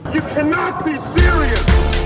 You cannot be serious!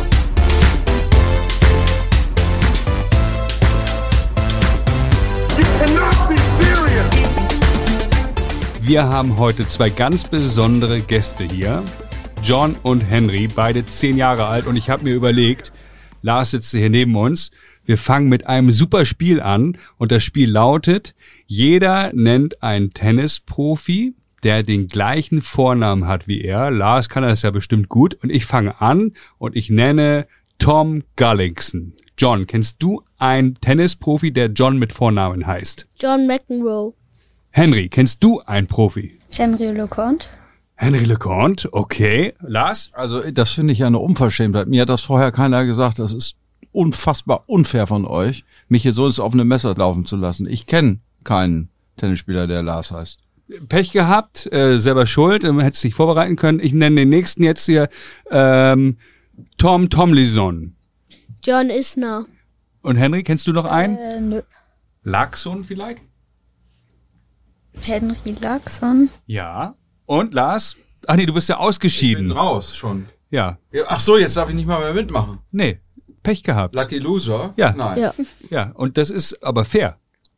You cannot be serious! Wir haben heute zwei ganz besondere Gäste hier. John und Henry, beide 10 Jahre alt. Und ich habe mir überlegt, Lars sitzt hier neben uns, wir fangen mit einem super Spiel an. Und das Spiel lautet, jeder nennt einen Tennisprofi, der den gleichen Vornamen hat wie er. Lars kann das ja bestimmt gut. Und ich fange an und ich nenne Tom Gullikson. John, kennst du einen Tennisprofi, der John mit Vornamen heißt? John McEnroe. Henry, kennst du einen Profi? Henry LeConte. Henry LeConte, okay. Lars? Also das finde ich ja eine Unverschämtheit. Mir hat das vorher keiner gesagt. Das ist unfassbar unfair von euch, mich hier so ins offene Messer laufen zu lassen. Ich kenne keinen Tennisspieler, der Lars heißt. Pech gehabt, selber schuld, hättest dich vorbereiten können. Ich nenne den nächsten jetzt hier Tom Tomlinson. John Isner. Und Henry, kennst du noch einen? Nö. Laxon vielleicht? Henry Laxon. Ja. Und Lars? Ach nee, du bist ja ausgeschieden. Ich bin raus schon. Ja. Ach so, jetzt darf ich nicht mal mehr mitmachen. Nee, Pech gehabt. Lucky Loser? Ja. Nein. Ja. Ja, und das ist aber fair.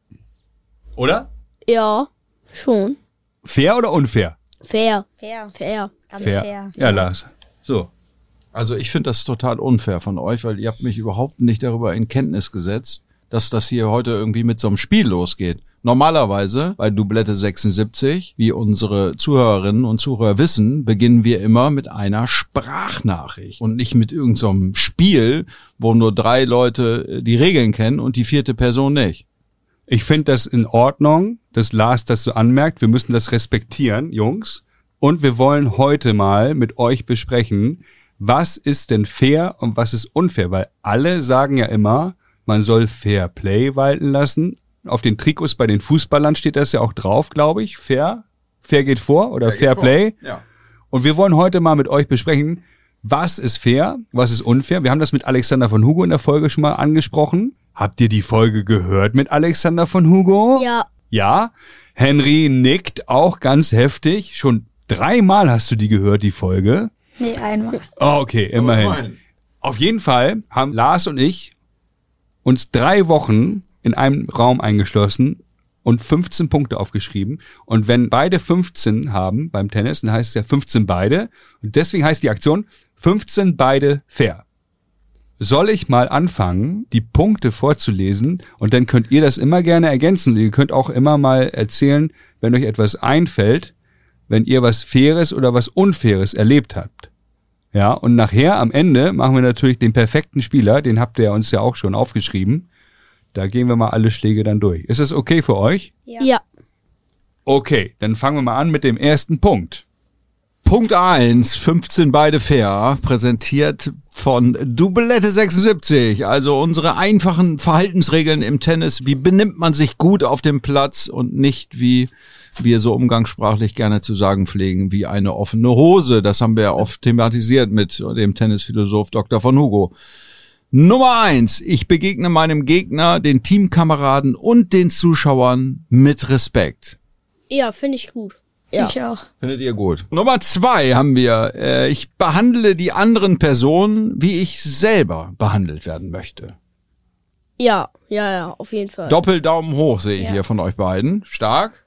Oder? Ja, schon. Fair oder unfair? Fair. Ganz Fair. fair. Ja, Lars. So. Also ich finde das total unfair von euch, weil ihr habt mich überhaupt nicht darüber in Kenntnis gesetzt, dass das hier heute irgendwie mit so einem Spiel losgeht. Normalerweise, bei Doublette 76, wie unsere Zuhörerinnen und Zuhörer wissen, beginnen wir immer mit einer Sprachnachricht und nicht mit irgendeinem so einem Spiel, wo nur 3 Leute die Regeln kennen und die 4. Person nicht. Ich finde das in Ordnung, dass Lars das so anmerkt. Wir müssen das respektieren, Jungs. Und wir wollen heute mal mit euch besprechen, was ist denn fair und was ist unfair? Weil alle sagen ja immer, man soll Fair Play walten lassen. Auf den Trikots bei den Fußballern steht das ja auch drauf, glaube ich. Fair geht vor oder Fair Play. Ja. Und wir wollen heute mal mit euch besprechen, was ist fair, was ist unfair. Wir haben das mit Alexander von Hugo in der Folge schon mal angesprochen. Habt ihr die Folge gehört mit Alexander von Hugo? Ja. Ja. Henry nickt auch ganz heftig. Schon 3-mal hast du die gehört, die Folge. Nee, einmal. Oh, okay, immerhin. Auf jeden Fall haben Lars und ich uns 3 Wochen in einem Raum eingeschlossen und 15 Punkte aufgeschrieben. Und wenn beide 15 haben beim Tennis, dann heißt es ja 15 beide. Und deswegen heißt die Aktion 15 beide fair. Soll ich mal anfangen, die Punkte vorzulesen? Und dann könnt ihr das immer gerne ergänzen. Ihr könnt auch immer mal erzählen, wenn euch etwas einfällt, wenn ihr was Faires oder was Unfaires erlebt habt. Ja, und nachher am Ende machen wir natürlich den perfekten Spieler, den habt ihr uns ja auch schon aufgeschrieben. Da gehen wir mal alle Schläge dann durch. Ist das okay für euch? Ja. Okay, dann fangen wir mal an mit dem ersten Punkt. Punkt 1, 15 beide fair, präsentiert von Doublette 76. Also unsere einfachen Verhaltensregeln im Tennis. Wie benimmt man sich gut auf dem Platz und nicht, wie wir so umgangssprachlich gerne zu sagen pflegen, wie eine offene Hose. Das haben wir ja oft thematisiert mit dem Tennisphilosoph Dr. von Hugo. Nummer 1, ich begegne meinem Gegner, den Teamkameraden und den Zuschauern mit Respekt. Ja, finde ich gut. Ja. Ich auch. Findet ihr gut. Nummer 2 haben wir, ich behandle die anderen Personen, wie ich selber behandelt werden möchte. Ja, auf jeden Fall. Doppeldaumen hoch sehe ich hier von euch beiden. Stark.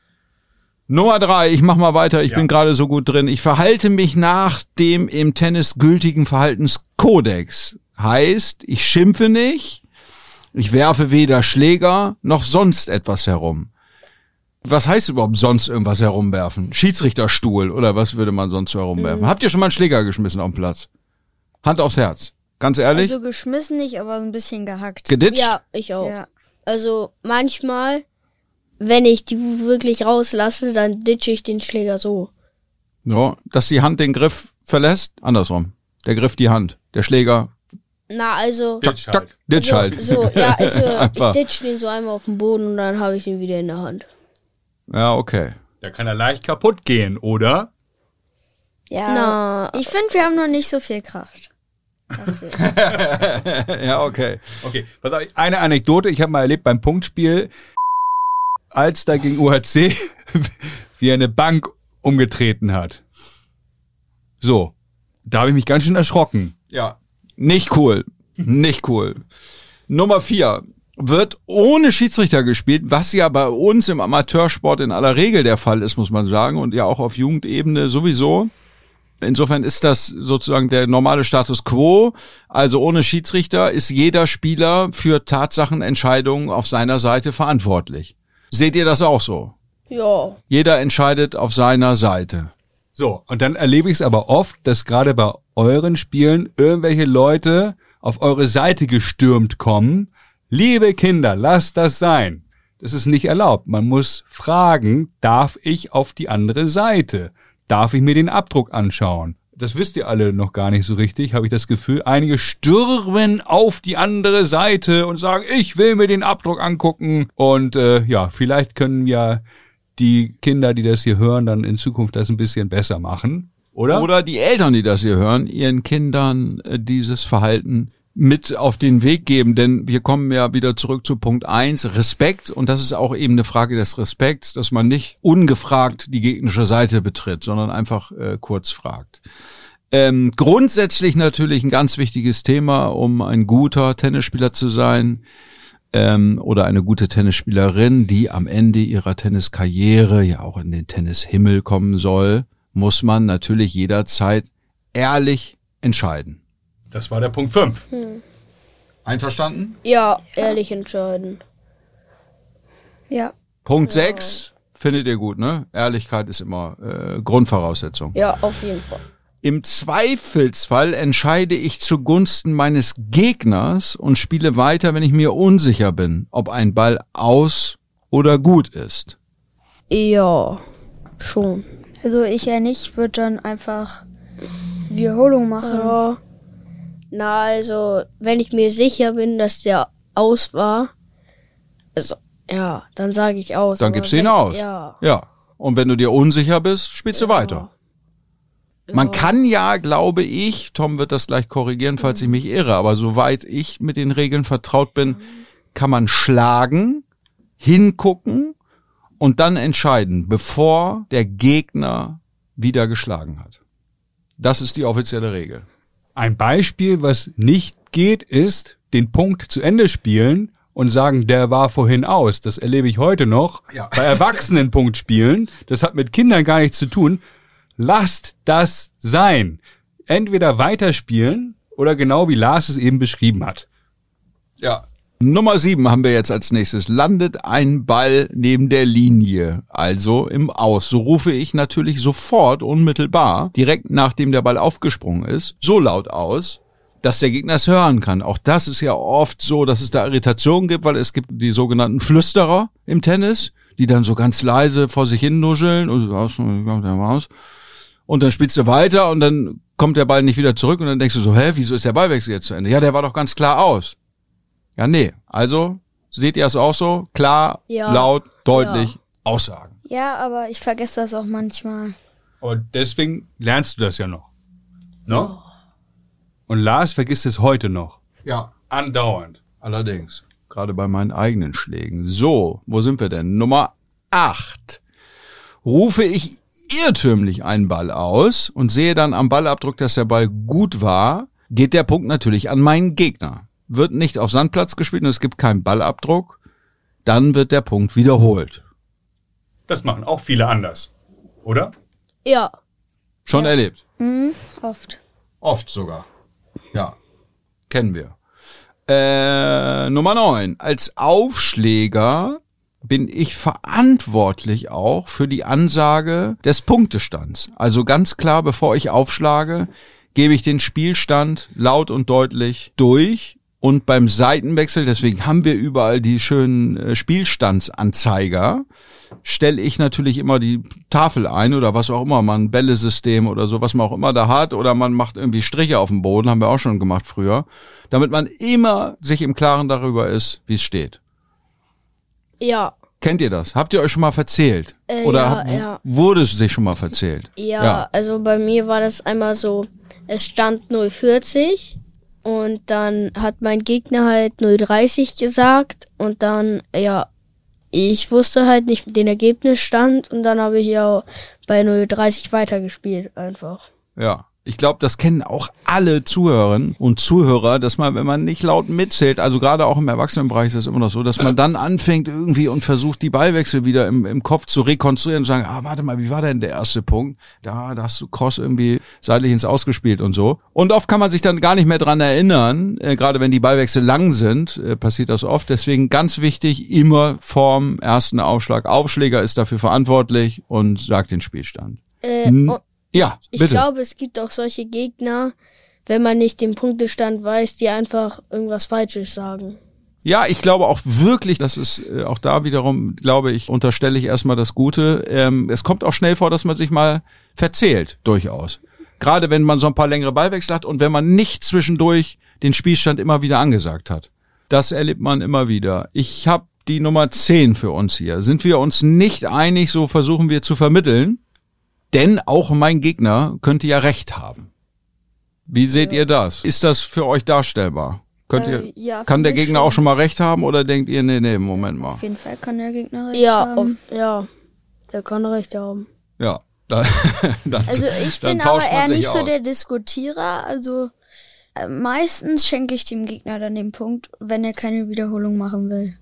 Nummer 3, ich mach mal weiter, ich bin gerade so gut drin. Ich verhalte mich nach dem im Tennis gültigen Verhaltenskodex. Heißt, ich schimpfe nicht, ich werfe weder Schläger noch sonst etwas herum. Was heißt überhaupt sonst irgendwas herumwerfen? Schiedsrichterstuhl oder was würde man sonst herumwerfen? Habt ihr schon mal einen Schläger geschmissen auf dem Platz? Hand aufs Herz. Ganz ehrlich? Also geschmissen nicht, aber ein bisschen gehackt. Geditscht? Ja, ich auch. Ja. Also manchmal, wenn ich die wirklich rauslasse, dann ditche ich den Schläger so. Ja, dass die Hand den Griff verlässt? Andersrum. Der Griff die Hand. Der Schläger. Na, also... Ditch halt. Tack, ditch halt. So, ja, also Einfach. ich ditch den so einmal auf den Boden und dann habe ich den wieder in der Hand. Ja, okay. Da kann er leicht kaputt gehen, oder? Ja. Na, Ich finde, wir haben noch nicht so viel Kraft. Ja, okay. Okay, pass auf, eine Anekdote. Ich habe mal erlebt beim Punktspiel, als da gegen UHC, wie er eine Bank umgetreten hat. So. Da habe ich mich ganz schön erschrocken. Ja, nicht cool. Nicht cool. Nummer 4. Wird ohne Schiedsrichter gespielt, was ja bei uns im Amateursport in aller Regel der Fall ist, muss man sagen, und ja auch auf Jugendebene sowieso. Insofern ist das sozusagen der normale Status quo. Also ohne Schiedsrichter ist jeder Spieler für Tatsachenentscheidungen auf seiner Seite verantwortlich. Seht ihr das auch so? Ja. Jeder entscheidet auf seiner Seite. So, und dann erlebe ich es aber oft, dass gerade bei euren Spielen irgendwelche Leute auf eure Seite gestürmt kommen. Liebe Kinder, lasst das sein. Das ist nicht erlaubt. Man muss fragen, darf ich auf die andere Seite? Darf ich mir den Abdruck anschauen? Das wisst ihr alle noch gar nicht so richtig, habe ich das Gefühl. Einige stürmen auf die andere Seite und sagen, ich will mir den Abdruck angucken. Und vielleicht können ja die Kinder, die das hier hören, dann in Zukunft das ein bisschen besser machen, oder? Oder die Eltern, die das hier hören, ihren Kindern dieses Verhalten mit auf den Weg geben, denn wir kommen ja wieder zurück zu Punkt 1, Respekt, und das ist auch eben eine Frage des Respekts, dass man nicht ungefragt die gegnerische Seite betritt, sondern einfach kurz fragt. Grundsätzlich natürlich ein ganz wichtiges Thema, um ein guter Tennisspieler zu sein, oder eine gute Tennisspielerin, die am Ende ihrer Tenniskarriere ja auch in den Tennishimmel kommen soll, muss man natürlich jederzeit ehrlich entscheiden. Das war der Punkt 5. Einverstanden? Ja, ehrlich entscheiden. Ja. Punkt 6 findet ihr gut, ne? Ehrlichkeit ist immer Grundvoraussetzung. Ja, auf jeden Fall. Im Zweifelsfall entscheide ich zugunsten meines Gegners und spiele weiter, wenn ich mir unsicher bin, ob ein Ball aus oder gut ist. Ja, schon. Also ich ja nicht, würde dann einfach Wiederholung machen. Ja. Na, also, wenn ich mir sicher bin, dass der aus war, also, ja, dann sage ich aus. Dann Aber gibst du ihn wenn- aus. Ja. Ja. Und wenn du dir unsicher bist, spielst du weiter. Man kann ja, glaube ich, Tom wird das gleich korrigieren, falls ich mich irre, aber soweit ich mit den Regeln vertraut bin, kann man schlagen, hingucken und dann entscheiden, bevor der Gegner wieder geschlagen hat. Das ist die offizielle Regel. Ein Beispiel, was nicht geht, ist, den Punkt zu Ende spielen und sagen, der war vorhin aus. Das erlebe ich heute noch. Ja. Bei Erwachsenen Punkt spielen. Das hat mit Kindern gar nichts zu tun. Lasst das sein. Entweder weiterspielen oder genau wie Lars es eben beschrieben hat. Ja. Nummer 7 haben wir jetzt als nächstes. Landet ein Ball neben der Linie, also im Aus. So rufe ich natürlich sofort, unmittelbar, direkt nachdem der Ball aufgesprungen ist, so laut aus, dass der Gegner es hören kann. Auch das ist ja oft so, dass es da Irritationen gibt, weil es gibt die sogenannten Flüsterer im Tennis, die dann so ganz leise vor sich hin nuscheln und dann spielst du weiter und dann kommt der Ball nicht wieder zurück und dann denkst du so, wieso ist der Ballwechsel jetzt zu Ende? Ja, der war doch ganz klar aus. Ja, nee. Also, seht ihr es auch so? Klar, Ja. laut, deutlich, Aussagen. Ja, aber ich vergesse das auch manchmal. Aber deswegen lernst du das ja noch. Ne? Und Lars vergisst es heute noch. Ja. Andauernd. Allerdings. Gerade bei meinen eigenen Schlägen. So, wo sind wir denn? Nummer 8. Rufe ich irrtümlich einen Ball aus und sehe dann am Ballabdruck, dass der Ball gut war, geht der Punkt natürlich an meinen Gegner. Wird nicht auf Sandplatz gespielt und es gibt keinen Ballabdruck, dann wird der Punkt wiederholt. Das machen auch viele anders. Oder? Ja. Schon erlebt? Oft. Oft sogar. Ja, kennen wir. Nummer 9. Als Aufschläger bin ich verantwortlich auch für die Ansage des Punktestands. Also ganz klar, bevor ich aufschlage, gebe ich den Spielstand laut und deutlich durch. Und beim Seitenwechsel, deswegen haben wir überall die schönen Spielstandsanzeiger, stelle ich natürlich immer die Tafel ein oder was auch immer, man Bällesystem oder so, was man auch immer da hat, oder man macht irgendwie Striche auf dem Boden, haben wir auch schon gemacht früher, damit man immer sich im Klaren darüber ist, wie es steht. Ja. Kennt ihr das? Habt ihr euch schon mal verzählt? Oder ja. wurde es sich schon mal verzählt? Ja, also bei mir war das einmal so, es stand 0,40 und dann hat mein Gegner halt 0,30 gesagt und dann, ja, ich wusste halt nicht den Ergebnisstand und dann habe ich ja bei 0,30 weitergespielt einfach. Ja. Ich glaube, das kennen auch alle Zuhörerinnen und Zuhörer, dass man, wenn man nicht laut mitzählt, also gerade auch im Erwachsenenbereich ist das immer noch so, dass man dann anfängt irgendwie und versucht, die Ballwechsel wieder im Kopf zu rekonstruieren und sagen, warte mal, wie war denn der erste Punkt? Da hast du Cross irgendwie seitlich ins Ausgespielt und so. Und oft kann man sich dann gar nicht mehr dran erinnern, gerade wenn die Ballwechsel lang sind, passiert das oft. Deswegen ganz wichtig, immer vorm ersten Aufschlag. Aufschläger ist dafür verantwortlich und sagt den Spielstand. Ja, bitte. Ich glaube, es gibt auch solche Gegner, wenn man nicht den Punktestand weiß, die einfach irgendwas Falsches sagen. Ja, ich glaube auch wirklich, das ist auch da wiederum, glaube ich, unterstelle ich erstmal das Gute. Es kommt auch schnell vor, dass man sich mal verzählt, durchaus. Gerade wenn man so ein paar längere Ballwechsel hat und wenn man nicht zwischendurch den Spielstand immer wieder angesagt hat. Das erlebt man immer wieder. Ich habe die Nummer 10 für uns hier. Sind wir uns nicht einig, so versuchen wir zu vermitteln. Denn auch mein Gegner könnte ja recht haben. Wie seht ihr das? Ist das für euch darstellbar? Kann der Gegner auch schon mal recht haben oder denkt ihr, nee, Moment mal. Auf jeden Fall kann der Gegner recht haben. Der kann recht haben. Ja. Also ich bin aber eher nicht so der Diskutierer. Also meistens schenke ich dem Gegner dann den Punkt, wenn er keine Wiederholung machen will.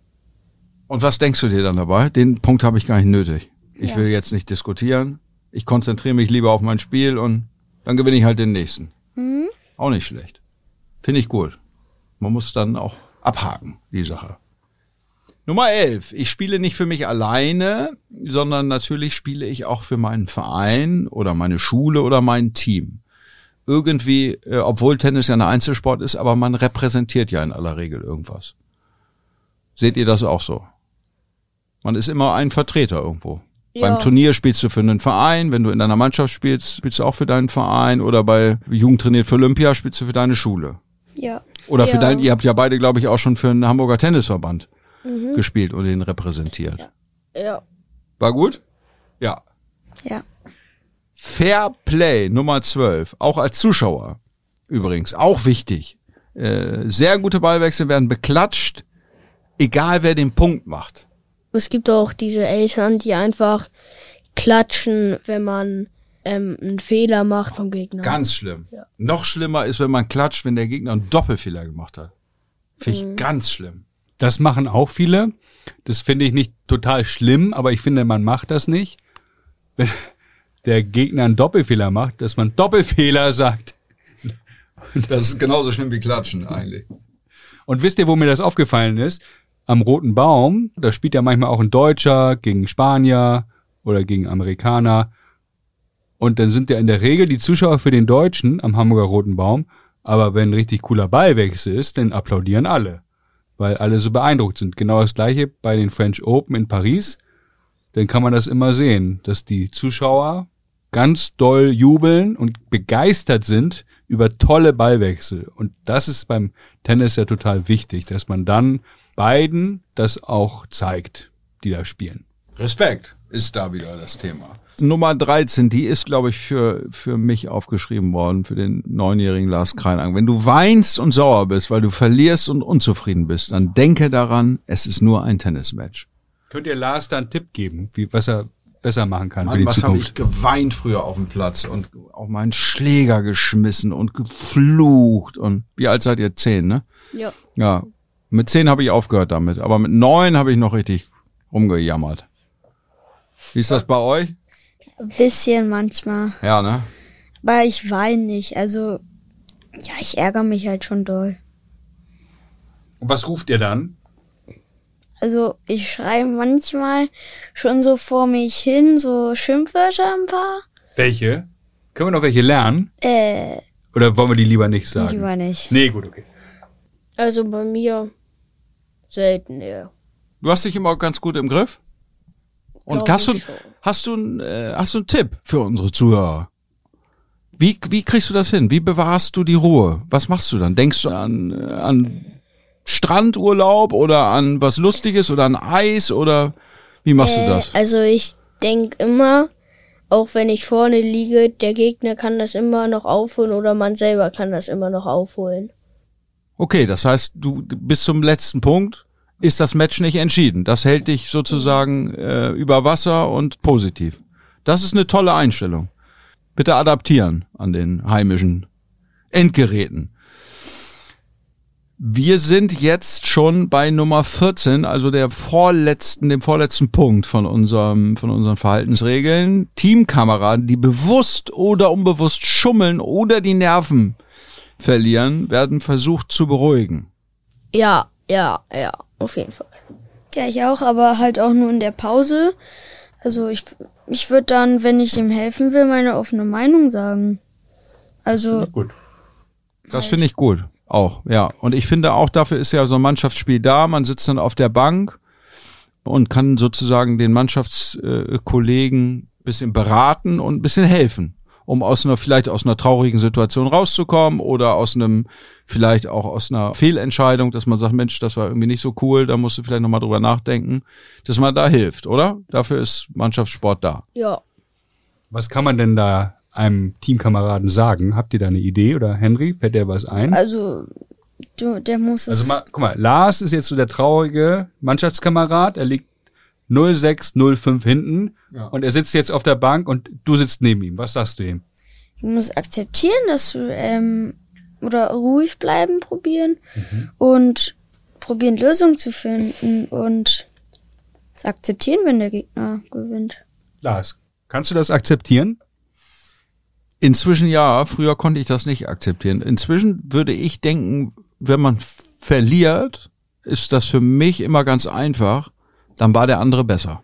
Und was denkst du dir dann dabei? Den Punkt habe ich gar nicht nötig. Ich will jetzt nicht diskutieren. Ich konzentriere mich lieber auf mein Spiel und dann gewinne ich halt den nächsten. Mhm. Auch nicht schlecht. Finde ich gut. Man muss dann auch abhaken, die Sache. Nummer 11. Ich spiele nicht für mich alleine, sondern natürlich spiele ich auch für meinen Verein oder meine Schule oder mein Team. Irgendwie, obwohl Tennis ja ein Einzelsport ist, aber man repräsentiert ja in aller Regel irgendwas. Seht ihr das auch so? Man ist immer ein Vertreter irgendwo. Ja. Beim Turnier spielst du für einen Verein, wenn du in deiner Mannschaft spielst, spielst du auch für deinen Verein oder bei Jugendtrainiert für Olympia spielst du für deine Schule. Ja. Oder für ihr habt ja beide, glaube ich, auch schon für den Hamburger Tennisverband gespielt und ihn repräsentiert. Ja. War gut? Ja. Ja. Fair Play Nummer 12, auch als Zuschauer übrigens, auch wichtig. Sehr gute Ballwechsel werden beklatscht, egal wer den Punkt macht. Es gibt auch diese Eltern, die einfach klatschen, wenn man einen Fehler macht vom Gegner. Ganz schlimm. Ja. Noch schlimmer ist, wenn man klatscht, wenn der Gegner einen Doppelfehler gemacht hat. Finde ich ganz schlimm. Das machen auch viele. Das finde ich nicht total schlimm, aber ich finde, man macht das nicht. Wenn der Gegner einen Doppelfehler macht, dass man Doppelfehler sagt. Das ist genauso schlimm wie Klatschen eigentlich. Und wisst ihr, wo mir das aufgefallen ist? Am Roten Baum, da spielt ja manchmal auch ein Deutscher gegen Spanier oder gegen Amerikaner. Und dann sind ja in der Regel die Zuschauer für den Deutschen am Hamburger Roten Baum. Aber wenn ein richtig cooler Ballwechsel ist, dann applaudieren alle. Weil alle so beeindruckt sind. Genau das Gleiche bei den French Open in Paris. Dann kann man das immer sehen, dass die Zuschauer ganz doll jubeln und begeistert sind über tolle Ballwechsel. Und das ist beim Tennis ja total wichtig, dass man dann beiden das auch zeigt, die da spielen. Respekt ist da wieder das Thema. Nummer 13, die ist, glaube ich, für mich aufgeschrieben worden, für den 9-jährigen Lars Kreinang. Wenn du weinst und sauer bist, weil du verlierst und unzufrieden bist, dann denke daran, es ist nur ein Tennismatch. Könnt ihr Lars da einen Tipp geben, was er besser machen kann Mann, für die was Zukunft? Habe ich geweint früher auf dem Platz und auch meinen Schläger geschmissen und geflucht. Und wie alt seid ihr? 10, ne? Ja. Ja, mit 10 habe ich aufgehört damit, aber mit 9 habe ich noch richtig rumgejammert. Wie ist das bei euch? Ein bisschen manchmal. Ja, ne? Aber ich weine nicht. Also, ja, ich ärgere mich halt schon doll. Und was ruft ihr dann? Also, ich schreibe manchmal schon so vor mich hin, so Schimpfwörter ein paar. Welche? Können wir noch welche lernen? Oder wollen wir die lieber nicht sagen? Lieber nicht. Nee, gut, okay. Also bei mir selten eher. Du hast dich immer ganz gut im Griff? Und Glaub hast du einen Tipp für unsere Zuhörer? Wie kriegst du das hin? Wie bewahrst du die Ruhe? Was machst du dann? Denkst du an Strandurlaub oder an was Lustiges oder an Eis oder wie machst du das? Also ich denke immer, auch wenn ich vorne liege, der Gegner kann das immer noch aufholen oder man selber kann das immer noch aufholen. Okay, das heißt, du bis zum letzten Punkt ist das Match nicht entschieden. Das hält dich sozusagen über Wasser und positiv. Das ist eine tolle Einstellung. Bitte adaptieren an den heimischen Endgeräten. Wir sind jetzt schon bei Nummer 14, also dem vorletzten Punkt von unseren Verhaltensregeln. Teamkameraden, die bewusst oder unbewusst schummeln oder die Nerven verlieren, werden versucht zu beruhigen. Ja, auf jeden Fall. Ja, ich auch, aber halt auch nur in der Pause. Also ich würde dann, wenn ich ihm helfen will, meine offene Meinung sagen. Also Gut. Das finde ich gut. Auch, ja. Und ich finde auch, dafür ist ja so ein Mannschaftsspiel da. Man sitzt dann auf der Bank und kann sozusagen den Mannschaftskollegen ein bisschen beraten und ein bisschen helfen, um vielleicht aus einer traurigen Situation rauszukommen oder vielleicht auch aus einer Fehlentscheidung, dass man sagt, Mensch, das war irgendwie nicht so cool, da musst du vielleicht nochmal drüber nachdenken, dass man da hilft, oder? Dafür ist Mannschaftssport da. Ja. Was kann man denn da einem Teamkameraden sagen? Habt ihr da eine Idee oder Henry, fällt dir was ein? Also der muss es... Also guck mal, Lars ist jetzt so der traurige Mannschaftskamerad, er liegt 0-6, 0-5 hinten und er sitzt jetzt auf der Bank und du sitzt neben ihm. Was sagst du ihm? Du musst akzeptieren, dass du oder ruhig bleiben probieren und probieren Lösungen zu finden und es akzeptieren, wenn der Gegner gewinnt. Lars, kannst du das akzeptieren? Inzwischen ja, früher konnte ich das nicht akzeptieren. Inzwischen würde ich denken, wenn man verliert, ist das für mich immer ganz einfach, dann war der andere besser.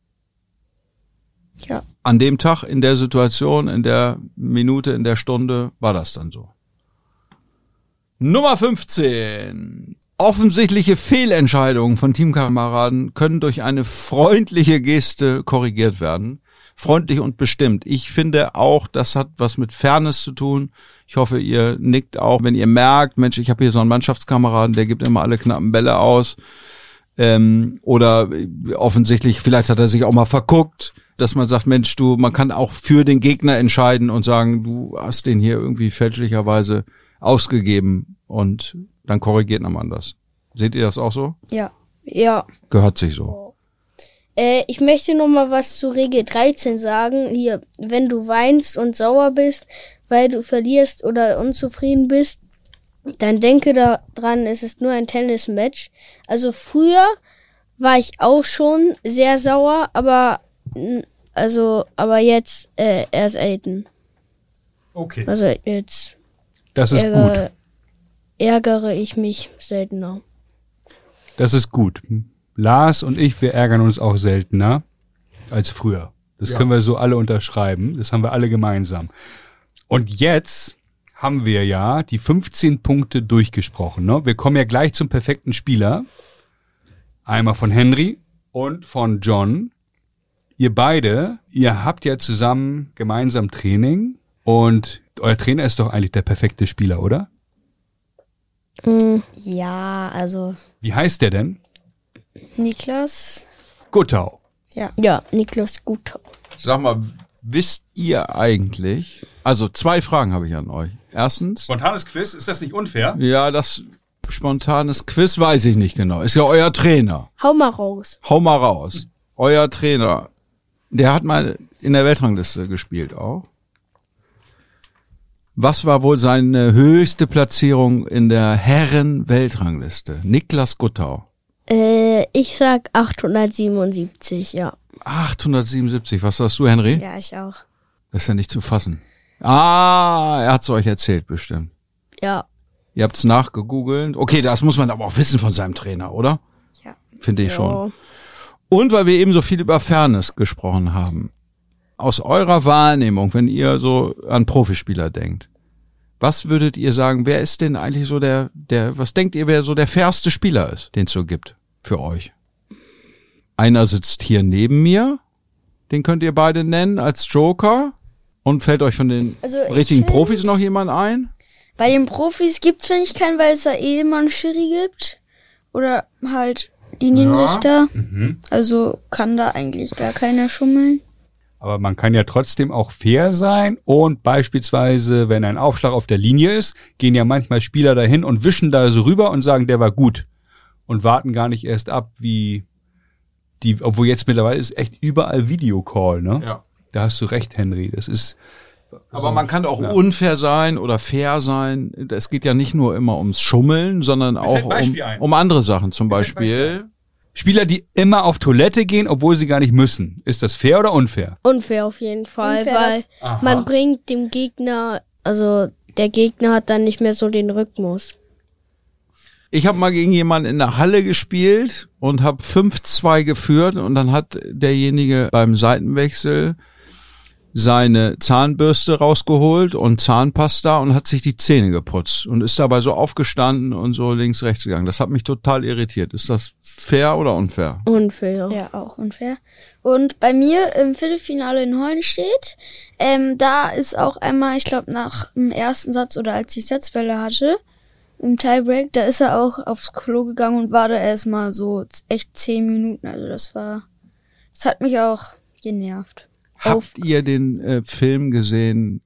Ja. An dem Tag, in der Situation, in der Minute, in der Stunde war das dann so. Nummer 15. Offensichtliche Fehlentscheidungen von Teamkameraden können durch eine freundliche Geste korrigiert werden. Freundlich und bestimmt. Ich finde auch, das hat was mit Fairness zu tun. Ich hoffe, ihr nickt auch, wenn ihr merkt, Mensch, ich habe hier so einen Mannschaftskameraden, der gibt immer alle knappen Bälle aus. Oder offensichtlich, vielleicht hat er sich auch mal verguckt, dass man sagt, Mensch, man kann auch für den Gegner entscheiden und sagen, du hast den hier irgendwie fälschlicherweise ausgegeben und dann korrigiert man das. Seht ihr das auch so? Ja. Ja. Gehört sich so. Ich möchte noch mal was zu Regel 13 sagen. Hier, wenn du weinst und sauer bist, weil du verlierst oder unzufrieden bist, dann denke daran, es ist nur ein Tennismatch. Also früher war ich auch schon sehr sauer, aber jetzt eher selten. Okay. Also jetzt Das ist gut. Ärgere ich mich seltener. Das ist gut. Lars und ich, wir ärgern uns auch seltener als früher. Das können wir so alle unterschreiben. Das haben wir alle gemeinsam. Und jetzt haben wir ja die 15 Punkte durchgesprochen. Ne? Wir kommen ja gleich zum perfekten Spieler. Einmal von Henry und von John. Ihr habt ja zusammen gemeinsam Training und euer Trainer ist doch eigentlich der perfekte Spieler, oder? Ja, also... Wie heißt der denn? Niklas Guttau. Ja, Niklas Guttau. Sag mal, wisst ihr eigentlich, also 2 Fragen habe ich an euch. Erstens. Spontanes Quiz, ist das nicht unfair? Ja, das spontanes Quiz weiß ich nicht genau. Ist ja euer Trainer. Hau mal raus. Euer Trainer, der hat mal in der Weltrangliste gespielt auch. Was war wohl seine höchste Platzierung in der Herren-Weltrangliste? Niklas Guttau. Ich sag 877, ja. 877, was sagst du, Henry? Ja, ich auch. Das ist ja nicht zu fassen. Er hat's euch erzählt bestimmt. Ja. Ihr habt's nachgegoogelt. Okay, das muss man aber auch wissen von seinem Trainer, oder? Ja. Finde ich schon. Und weil wir eben so viel über Fairness gesprochen haben. Aus eurer Wahrnehmung, wenn ihr so an Profispieler denkt, was würdet ihr sagen, wer ist denn eigentlich so was denkt ihr, wer so der fairste Spieler ist, den es so gibt für euch? Einer sitzt hier neben mir, den könnt ihr beide nennen als Joker. Und fällt euch von den richtigen Profis noch jemand ein? Bei den Profis gibt's finde ich keinen, weil es da immer einen Schiri gibt. Oder halt Linienrichter. Ja. Also kann da eigentlich gar keiner schummeln. Aber man kann ja trotzdem auch fair sein und beispielsweise, wenn ein Aufschlag auf der Linie ist, gehen ja manchmal Spieler dahin und wischen da so rüber und sagen, der war gut und warten gar nicht erst ab, obwohl jetzt mittlerweile ist echt überall Videocall, ne? Ja. Da hast du recht, Henry. Das ist Aber man kann auch unfair sein oder fair sein. Es geht ja nicht nur immer ums Schummeln, sondern auch um andere Sachen. Zum Beispiel Spieler, die immer auf Toilette gehen, obwohl sie gar nicht müssen. Ist das fair oder unfair? Unfair auf jeden Fall, Unfair, weil man bringt dem Gegner, also der Gegner hat dann nicht mehr so den Rhythmus. Ich habe mal gegen jemanden in der Halle gespielt und habe 5-2 geführt und dann hat derjenige beim Seitenwechsel seine Zahnbürste rausgeholt und Zahnpasta und hat sich die Zähne geputzt und ist dabei so aufgestanden und so links, rechts gegangen. Das hat mich total irritiert. Ist das fair oder unfair? Unfair. Ja, auch unfair. Und bei mir im Viertelfinale in Hollenstedt, da ist auch einmal, ich glaube nach dem ersten Satz oder als ich Setzbälle hatte, im Tiebreak, da ist er auch aufs Klo gegangen und war da erstmal so echt 10 Minuten. Also das hat mich auch genervt. Habt ihr den Film gesehen,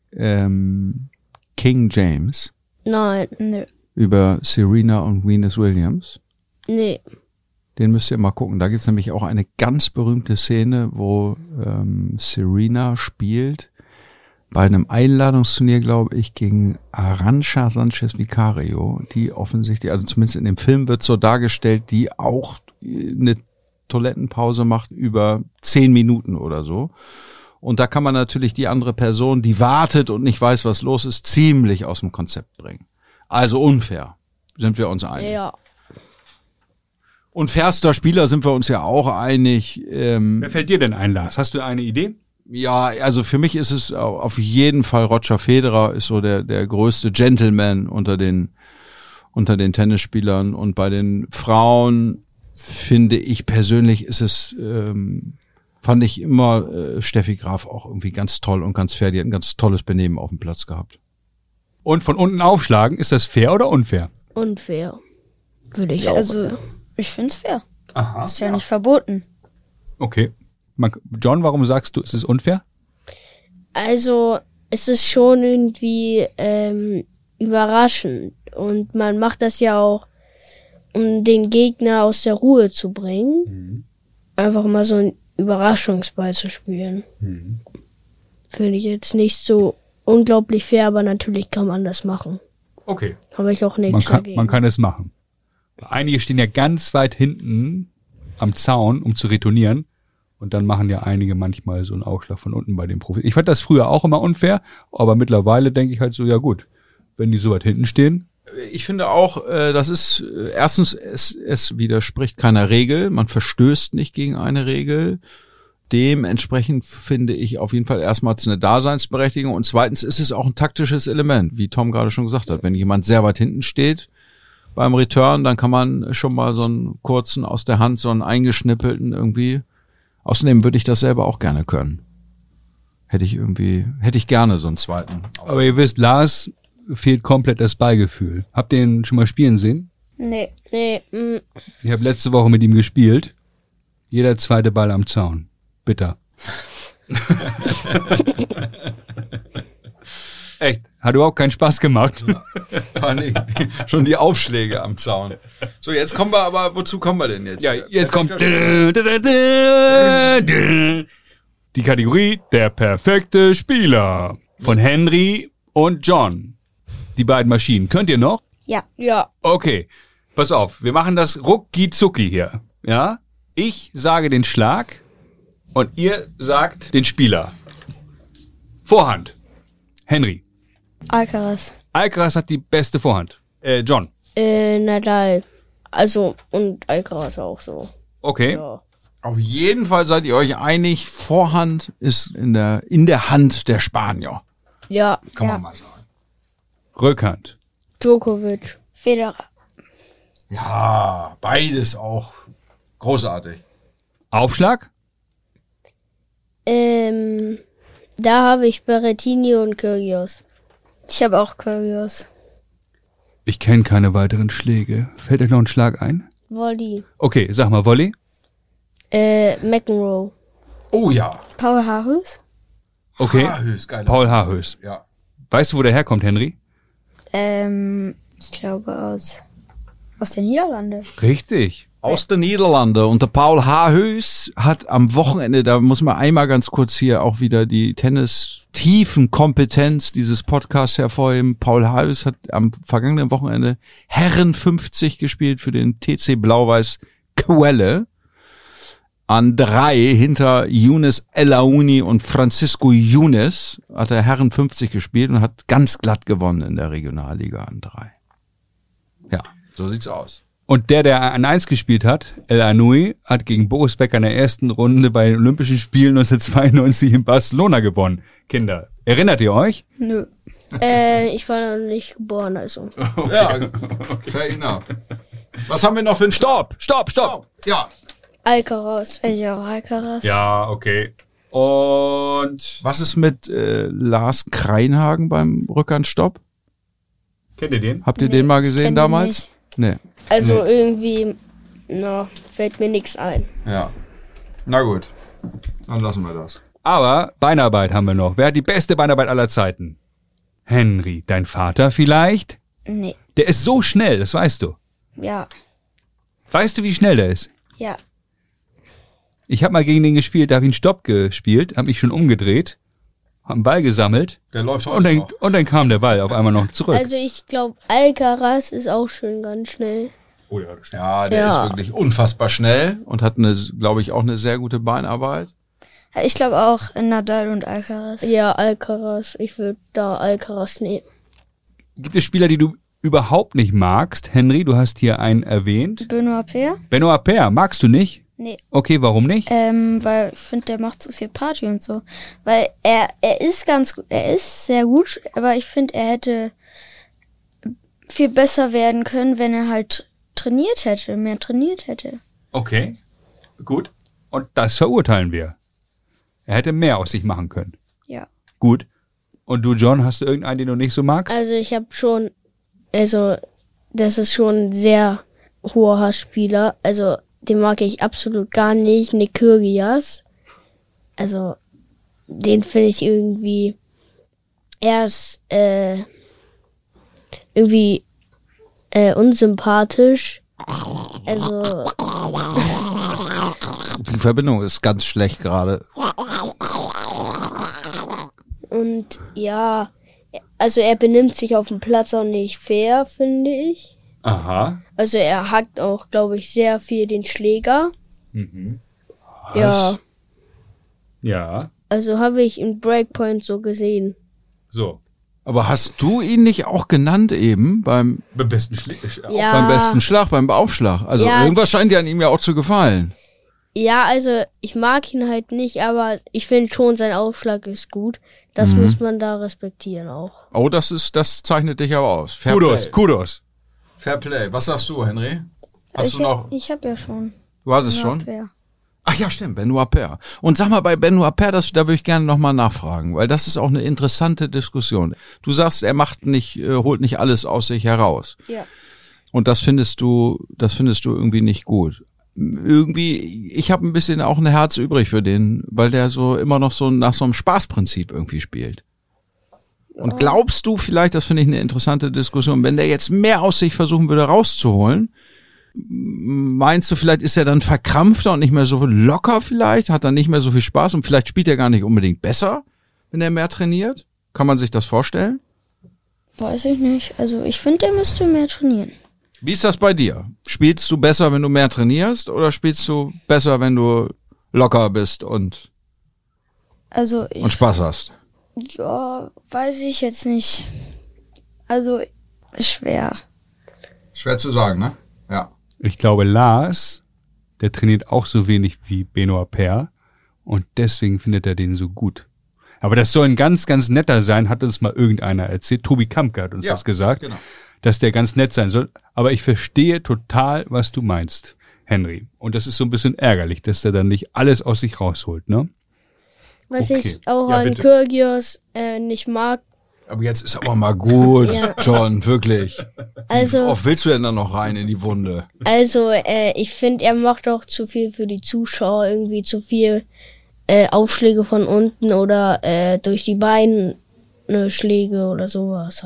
King James? Nein. Nö. Über Serena und Venus Williams? Nee. Den müsst ihr mal gucken. Da gibt's nämlich auch eine ganz berühmte Szene, wo Serena spielt bei einem Einladungsturnier, glaube ich, gegen Arantxa Sánchez Vicario, die offensichtlich, also zumindest in dem Film wird so dargestellt, die auch eine Toilettenpause macht über 10 Minuten oder so. Und da kann man natürlich die andere Person, die wartet und nicht weiß, was los ist, ziemlich aus dem Konzept bringen. Also unfair, sind wir uns einig. Ja. Und fairster Spieler sind wir uns ja auch einig. Wer fällt dir denn ein, Lars? Hast du eine Idee? Ja, also für mich ist es auf jeden Fall Roger Federer, ist so der größte Gentleman unter den Tennisspielern. Und bei den Frauen finde ich persönlich ist es, fand ich immer Steffi Graf auch irgendwie ganz toll und ganz fair. Die hat ein ganz tolles Benehmen auf dem Platz gehabt. Und von unten aufschlagen, ist das fair oder unfair? Unfair. Würde ich auch. Also, ich find's fair. Aha. Ist ja nicht verboten. Okay. John, warum sagst du, ist es unfair? Also, es ist schon irgendwie überraschend. Und man macht das ja auch, um den Gegner aus der Ruhe zu bringen. Einfach mal so ein Überraschungsball zu spielen. Finde ich jetzt nicht so unglaublich fair, aber natürlich kann man das machen. Okay. Habe ich auch nichts dagegen. Man kann es machen. Einige stehen ja ganz weit hinten am Zaun, um zu retournieren. Und dann machen ja einige manchmal so einen Aufschlag von unten bei den Profis. Ich fand das früher auch immer unfair, aber mittlerweile denke ich halt so, ja gut, wenn die so weit hinten stehen. Ich finde auch, das ist erstens, es widerspricht keiner Regel, man verstößt nicht gegen eine Regel. Dementsprechend finde ich auf jeden Fall erstmals eine Daseinsberechtigung und zweitens ist es auch ein taktisches Element, wie Tom gerade schon gesagt hat. Wenn jemand sehr weit hinten steht beim Return, dann kann man schon mal so einen kurzen aus der Hand, so einen eingeschnippelten irgendwie. Außerdem würde ich das selber auch gerne können. Hätte ich gerne so einen zweiten. Aber ihr wisst, Lars fehlt komplett das Ballgefühl. Habt ihr ihn schon mal spielen sehen? Nee. Ich habe letzte Woche mit ihm gespielt. Jeder zweite Ball am Zaun. Bitter. Echt, hat überhaupt keinen Spaß gemacht. Schon die Aufschläge am Zaun. So, jetzt kommen wir aber, wozu kommen wir denn jetzt? Ja, jetzt kommt die Kategorie der perfekte Spieler von Henry und John. Die beiden Maschinen. Könnt ihr noch? Ja. Ja. Okay, pass auf, wir machen das rucki-zucki hier. Ja? Ich sage den Schlag und ihr sagt den Spieler. Vorhand. Henry. Alcaraz. Alcaraz hat die beste Vorhand. John. Nadal. Also, und Alcaraz auch so. Okay. Ja. Auf jeden Fall seid ihr euch einig, Vorhand ist in der Hand der Spanier. Ja. Kann Ja. man mal sagen. Rückhand. Djokovic. Federer. Ja, beides auch großartig. Aufschlag. Da habe ich Berrettini und Kyrgios. Ich habe auch Kyrgios. Ich kenne keine weiteren Schläge. Fällt euch noch ein Schlag ein? Volley. Okay, sag mal Volley. McEnroe. Oh ja. Paul Harhus. Okay. Haarhös, geil. Paul Haarhös. Ja. Weißt du, wo der herkommt, Henry? Ich glaube aus den Niederlanden. Richtig. Aus den Niederlanden. Und der Paul Haarhuis hat am Wochenende, da muss man einmal ganz kurz hier auch wieder die Tennis-Tiefenkompetenz dieses Podcasts hervorheben. Paul Haarhuis hat am vergangenen Wochenende Herren 50 gespielt für den TC Blau-Weiß Quelle. An 3 hinter Younes El Aouni und Francisco Younes hat er Herren 50 gespielt und hat ganz glatt gewonnen in der Regionalliga an 3. Ja, so sieht's aus. Und der an 1 gespielt hat, El Aouni, hat gegen Boris Becker in der ersten Runde bei den Olympischen Spielen 1992 in Barcelona gewonnen. Kinder, erinnert ihr euch? Nö. Ich war noch nicht geboren, also. Ja, fair enough. Was haben wir noch für einen Stopp! Ja. Alcaraz. Ja, Alcaraz. Ja, okay. Und Was ist mit Lars Kreinhagen beim Rückhandstopp? kennt ihr den? Habt ihr den mal gesehen kenn den damals? nicht. Nee. Also irgendwie, fällt mir nichts ein. Ja. Na gut. Dann lassen wir das. Aber Beinarbeit haben wir noch. Wer hat die beste Beinarbeit aller Zeiten? Henry, dein Vater vielleicht? Nee. Der ist so schnell, das weißt du. Ja. Weißt du, wie schnell der ist? Ja. Ich habe mal gegen den gespielt, da habe ich einen Stopp gespielt, habe mich schon umgedreht, habe einen Ball gesammelt Der läuft und dann kam der Ball auf einmal noch zurück. Also ich glaube, Alcaraz ist auch schon ganz schnell. Oh ja, das stimmt. Ja, der Ja. ist wirklich unfassbar schnell und hat glaube ich, auch eine sehr gute Beinarbeit. Ich glaube auch Nadal und Alcaraz. Ja, Alcaraz. Ich würde da Alcaraz nehmen. Gibt es Spieler, die du überhaupt nicht magst? Henry, du hast hier einen erwähnt. Benoit Paire? Benoit Paire, magst du nicht? Nee. Okay, warum nicht? Weil ich finde, der macht zu viel Party und so. Weil er ist ganz gut, er ist sehr gut, aber ich finde, er hätte viel besser werden können, wenn er halt mehr trainiert hätte. Okay, gut. Und das verurteilen wir. Er hätte mehr aus sich machen können. Ja. Gut. Und du, John, hast du irgendeinen, den du nicht so magst? Also ich habe schon, das ist schon ein sehr hoher Hassspieler. Also den mag ich absolut gar nicht. Nick Kyrgios. Also den finde ich irgendwie, er ist irgendwie unsympathisch. Also Die Verbindung ist ganz schlecht gerade. und ja, also er benimmt sich auf dem Platz auch nicht fair, finde ich. Aha. Also er hackt auch, glaube ich, sehr viel den Schläger. Ja, Ja. also habe ich im Breakpoint so gesehen. So. Aber hast du ihn nicht auch genannt eben beim Beim besten Schlag. Ja, beim besten Schlag, beim Aufschlag? Also Ja. irgendwas scheint ja an ihm ja auch zu gefallen. ja, also ich mag ihn halt nicht, aber ich finde schon, sein Aufschlag ist gut. Das muss man da respektieren auch. Oh, das zeichnet dich aber aus. Fair Kudos, Play. Kudos. Fair Play. Was sagst du, Henry? Hast du noch? Ich habe ja schon. Du hattest schon? Benoit Paire. Ach ja, stimmt, Benoit Paire. Und sag mal, bei Benoit Paire, da würde ich gerne nochmal nachfragen, weil das ist auch eine interessante Diskussion. Du sagst, er holt nicht alles aus sich heraus. Ja. Und das findest du irgendwie nicht gut. Irgendwie, ich habe ein bisschen auch ein Herz übrig für den, weil der so immer noch so nach so einem Spaßprinzip irgendwie spielt. Und glaubst du vielleicht, das finde ich eine interessante Diskussion, wenn der jetzt mehr aus sich versuchen würde rauszuholen, meinst du, vielleicht ist er dann verkrampfter und nicht mehr so locker vielleicht, hat dann nicht mehr so viel Spaß und vielleicht spielt er gar nicht unbedingt besser, wenn er mehr trainiert? Kann man sich das vorstellen? Weiß ich nicht. Also ich finde, der müsste mehr trainieren. Wie ist das bei dir? Spielst du besser, wenn du mehr trainierst oder spielst du besser, wenn du locker bist und Also Spaß hast? ja, weiß ich jetzt nicht. Also ist schwer. Schwer zu sagen, ne? Ja. Ich glaube, Lars, der trainiert auch so wenig wie Benoit Paire und deswegen findet er den so gut. Aber das soll ein ganz, ganz netter sein, hat uns mal irgendeiner erzählt. Tobi Kampke hat uns Ja, das gesagt, genau. dass der ganz nett sein soll. Aber ich verstehe total, was du meinst, Henry. Und das ist so ein bisschen ärgerlich, dass der dann nicht alles aus sich rausholt, ne? Was Okay. ich auch Ja, an bitte. Kyrgios nicht mag, Aber jetzt ist aber mal gut, Ja. John, wirklich. Wie also, oft willst du denn dann noch rein in die Wunde? ich finde, er macht auch zu viel für die Zuschauer, irgendwie zu viel Aufschläge von unten oder durch die Beine Schläge oder sowas halt.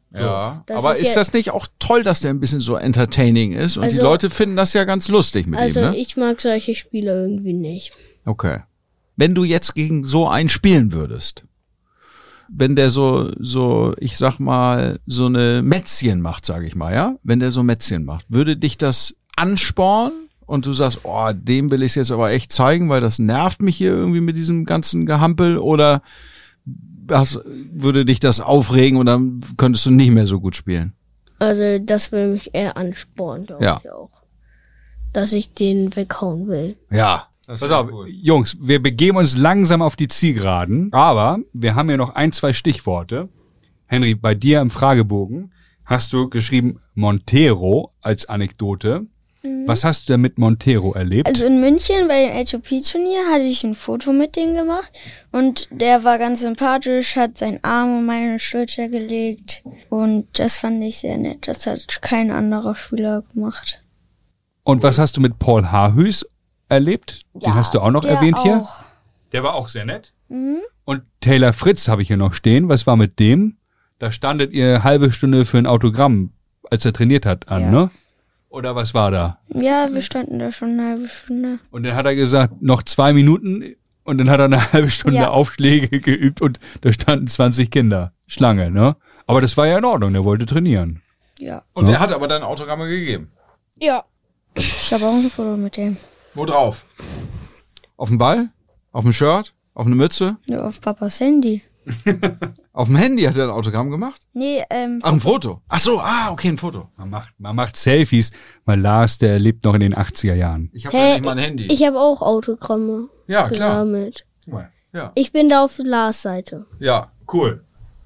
Ja, Das aber ist ja- das nicht auch toll, dass der ein bisschen so entertaining ist? Und die Also- Leute finden das ja ganz lustig mit Also ihm, ne? ich mag solche Spiele irgendwie nicht. Okay. Wenn du jetzt gegen so einen spielen würdest, wenn der so, ich sag mal, so eine Mätzchen macht, sage ich mal, ja? Wenn der so Mätzchen macht, würde dich das anspornen? Und du sagst, oh, dem will ich es jetzt aber echt zeigen, weil das nervt mich hier irgendwie mit diesem ganzen Gehampel, oder würde dich das aufregen und dann könntest du nicht mehr so gut spielen? Also das will mich eher anspornen, glaube Ja. ich auch. Dass ich den weghauen will. Ja. Pass auf, Jungs, wir begeben uns langsam auf die Zielgeraden, aber wir haben ja noch 1, 2 Stichworte. Henry, bei dir im Fragebogen hast du geschrieben Montero als Anekdote. Was hast du denn mit Montero erlebt? Also in München bei dem HOP-Turnier hatte ich ein Foto mit dem gemacht und der war ganz sympathisch, hat seinen Arm um meine Schulter gelegt und das fand ich sehr nett. Das hat kein anderer Spieler gemacht. Und was hast du mit Paul Haarhüs erlebt? Den hast du auch noch der erwähnt hier. auch. Der war auch sehr nett. Und Taylor Fritz habe ich hier noch stehen. Was war mit dem? Da standet ihr halbe Stunde für ein Autogramm, als er trainiert hat, an, Ja. ne? Oder was war da? Ja, wir standen da schon eine halbe Stunde. Und dann hat er gesagt, noch 2 Minuten, und dann hat er eine halbe Stunde Ja. Aufschläge geübt und da standen 20 Kinder. Schlange, ne? Aber das war ja in Ordnung, der wollte trainieren. Ja. Und er hat aber dann Autogramme gegeben. Ja. Ich habe auch ein Foto mit dem. Wo drauf? Auf dem Ball? Auf dem Shirt? Auf eine Mütze? Nur auf Papas Handy. Auf dem Handy hat er ein Autogramm gemacht? Nee, Ach, ein Foto. Ach so, okay, ein Foto. Man macht Selfies, weil Lars, der lebt noch in den 80er Jahren. Ich habe ja nicht mal ein Handy. Ich habe auch Autogramme Ja, klar. gesammelt. Ja. Ich bin da auf Lars Seite. Ja. Cool.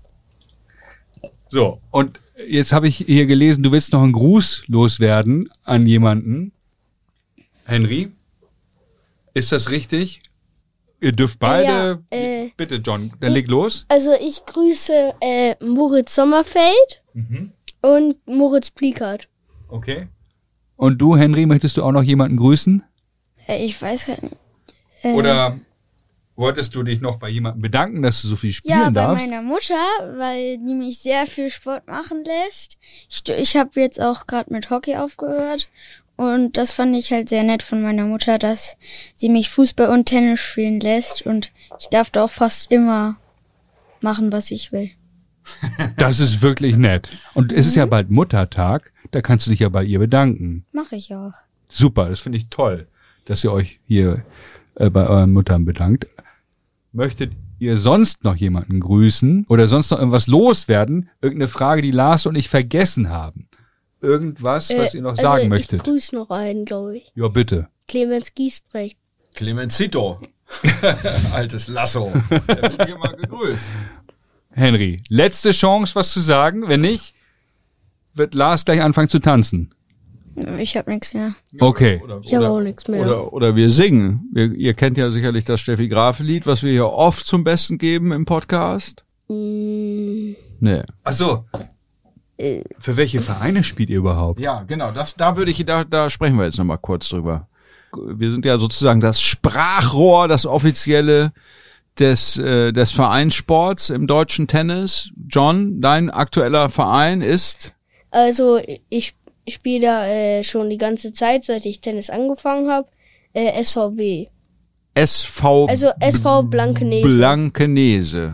So, und jetzt habe ich hier gelesen, du willst noch einen Gruß loswerden an jemanden. Henry, ist das richtig? Ihr dürft beide. Ja, Bitte, John, dann leg los. Also ich grüße Moritz Sommerfeld und Moritz Pliekert. Okay. Und du, Henry, möchtest du auch noch jemanden grüßen? ich weiß halt nicht. Oder wolltest du dich noch bei jemandem bedanken, dass du so viel spielen Ja, bei darfst? meiner Mutter, weil die mich sehr viel Sport machen lässt. Ich habe jetzt auch gerade mit Hockey aufgehört und das fand ich halt sehr nett von meiner Mutter, dass sie mich Fußball und Tennis spielen lässt und ich darf da auch fast immer machen, was ich will. Das ist wirklich nett. Und es ist ja bald Muttertag, da kannst du dich ja bei ihr bedanken. Mache ich auch. Super, das finde ich toll, dass ihr euch hier bei euren Muttern bedankt. Möchtet ihr sonst noch jemanden grüßen oder sonst noch irgendwas loswerden? Irgendeine Frage, die Lars und ich vergessen haben? Irgendwas, was ihr noch sagen möchtet? Ich grüße noch einen, glaube ich. Ja, bitte. Clemens Giesbrecht. Clemenzito. Altes Lasso. Der wird hier mal gegrüßt. Henry, letzte Chance, was zu sagen. Wenn nicht, wird Lars gleich anfangen zu tanzen. Ich habe nichts mehr. Okay. Ich habe auch nichts mehr. Oder wir singen. Ihr kennt ja sicherlich das Steffi Graf-Lied, was wir hier oft zum Besten geben im Podcast. Nee. Ach so. Für welche Vereine spielt ihr überhaupt? Ja, genau. Da sprechen wir jetzt nochmal kurz drüber. Wir sind ja sozusagen das Sprachrohr, das offizielle des Vereinssports im deutschen Tennis. John, dein aktueller Verein ist? Also ich spiele da schon die ganze Zeit, seit ich Tennis angefangen habe. SVB. SV Blankenese. Blankenese.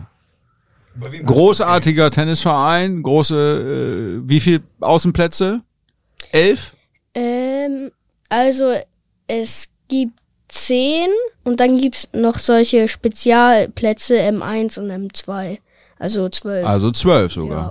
Großartiger Tennisverein, wie viel Außenplätze? 11? Also es gibt 10 und dann gibt's noch solche Spezialplätze M1 und M2. Also 12. Also 12 sogar.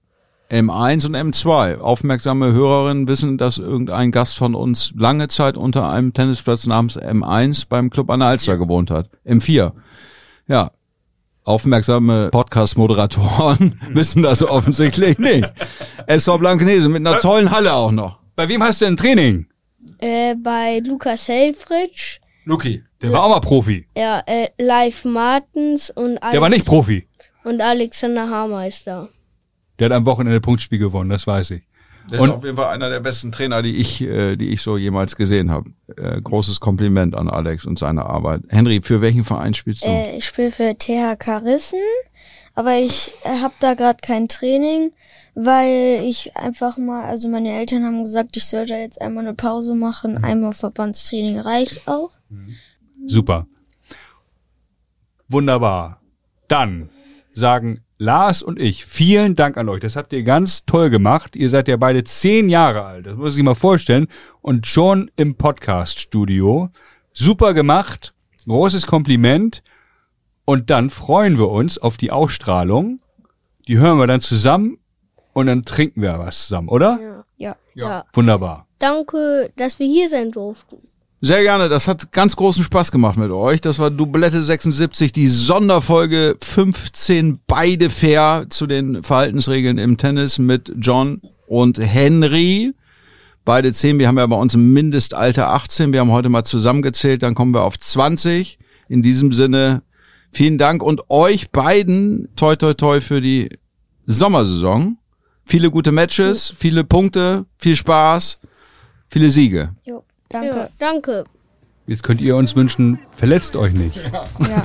M1 und M2. Aufmerksame Hörerinnen wissen, dass irgendein Gast von uns lange Zeit unter einem Tennisplatz namens M1 beim Club an der Alster gewohnt hat. M4. Ja. Aufmerksame Podcast-Moderatoren wissen das offensichtlich nicht. SV Blankenese mit einer tollen Halle auch noch. Bei wem hast du denn Training? Bei Lukas Helfrich, Luki. Der war auch mal Profi. ja, Leif Martens und Der war nicht Profi. und Alexander Haarmeister. Der hat am Wochenende Punktspiel gewonnen, das weiß ich. Der ist auf jeden Fall einer der besten Trainer, die ich so jemals gesehen habe. Großes Kompliment an Alex und seine Arbeit. Henry, für welchen Verein spielst du? Ich spiele für THK Rissen aber ich habe da gerade kein Training, weil ich einfach mal, also meine Eltern haben gesagt, ich sollte jetzt einmal eine Pause machen, einmal Verbandstraining reicht auch. Super. Wunderbar. Dann sagen Lars und ich vielen Dank an euch. Das habt ihr ganz toll gemacht. Ihr seid ja beide 10 Jahre alt. Das muss ich mal vorstellen. Und schon im Podcast-Studio. Super gemacht. Großes Kompliment. Und dann freuen wir uns auf die Ausstrahlung. Die hören wir dann zusammen und dann trinken wir was zusammen, oder? Ja. Wunderbar. Danke, dass wir hier sein durften. Sehr gerne, das hat ganz großen Spaß gemacht mit euch. Das war Doublette 76, die Sonderfolge 15, beide fair zu den Verhaltensregeln im Tennis mit John und Henry. Beide 10, wir haben ja bei uns im Mindestalter 18, wir haben heute mal zusammengezählt, dann kommen wir auf 20. In diesem Sinne, vielen Dank und euch beiden toi toi toi für die Sommersaison. Viele gute Matches, viele Punkte, viel Spaß, viele Siege. Jo, danke. Ja, danke. Jetzt könnt ihr uns wünschen, verletzt euch nicht. Ja.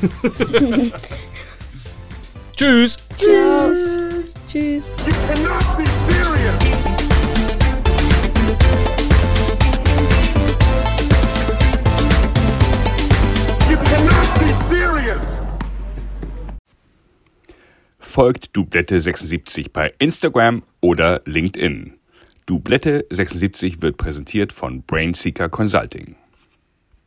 Tschüss. Tschüss. Tschüss. You cannot be serious. You cannot be serious. Folgt Doublette 76 bei Instagram oder LinkedIn. Doublette 76 wird präsentiert von Brainseeker Consulting.